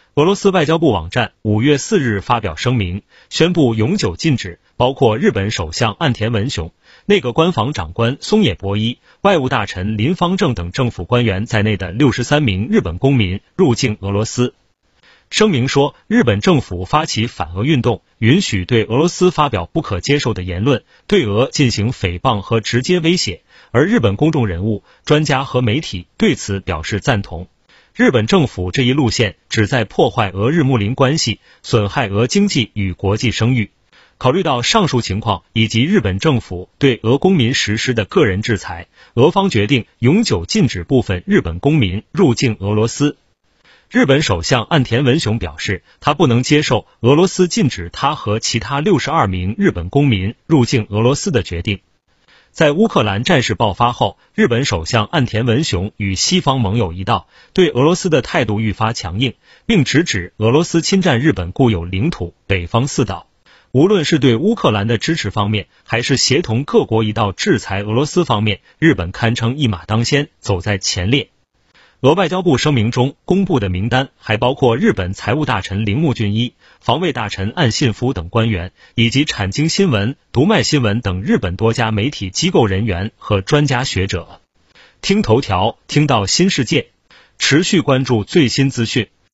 俄罗斯外交部网站5月4日发表声明，宣布永久禁止包括日本首相岸田文雄、内阁官房长官松野博一、外务大臣林芳正等政府官员在内的63名日本公民入境俄罗斯。声明说，日本政府发起反俄运动，允许对俄罗斯发表不可接受的言论，对俄进行诽谤和直接威胁，而日本公众人物、专家和媒体对此表示赞同。日本政府这一路线旨在破坏俄日睦邻关系，损害俄经济与国际声誉。考虑到上述情况以及日本政府对俄公民实施的个人制裁，俄方决定永久禁止部分日本公民入境俄罗斯。日本首相岸田文雄表示，他不能接受俄罗斯禁止他和其他62名日本公民入境俄罗斯的决定。在乌克兰战事爆发后，日本首相岸田文雄与西方盟友一道，对俄罗斯的态度愈发强硬，并直指俄罗斯侵占日本固有领土北方四岛。无论是对乌克兰的支持方面，还是协同各国一道制裁俄罗斯方面，日本堪称一马当先，走在前列。俄外交部声明中公布的名单还包括日本财务大臣铃木俊一、防卫大臣岸信夫等官员，以及产经新闻、读卖新闻等日本多家媒体机构人员和专家学者。听头条，听到新世界，持续关注最新资讯。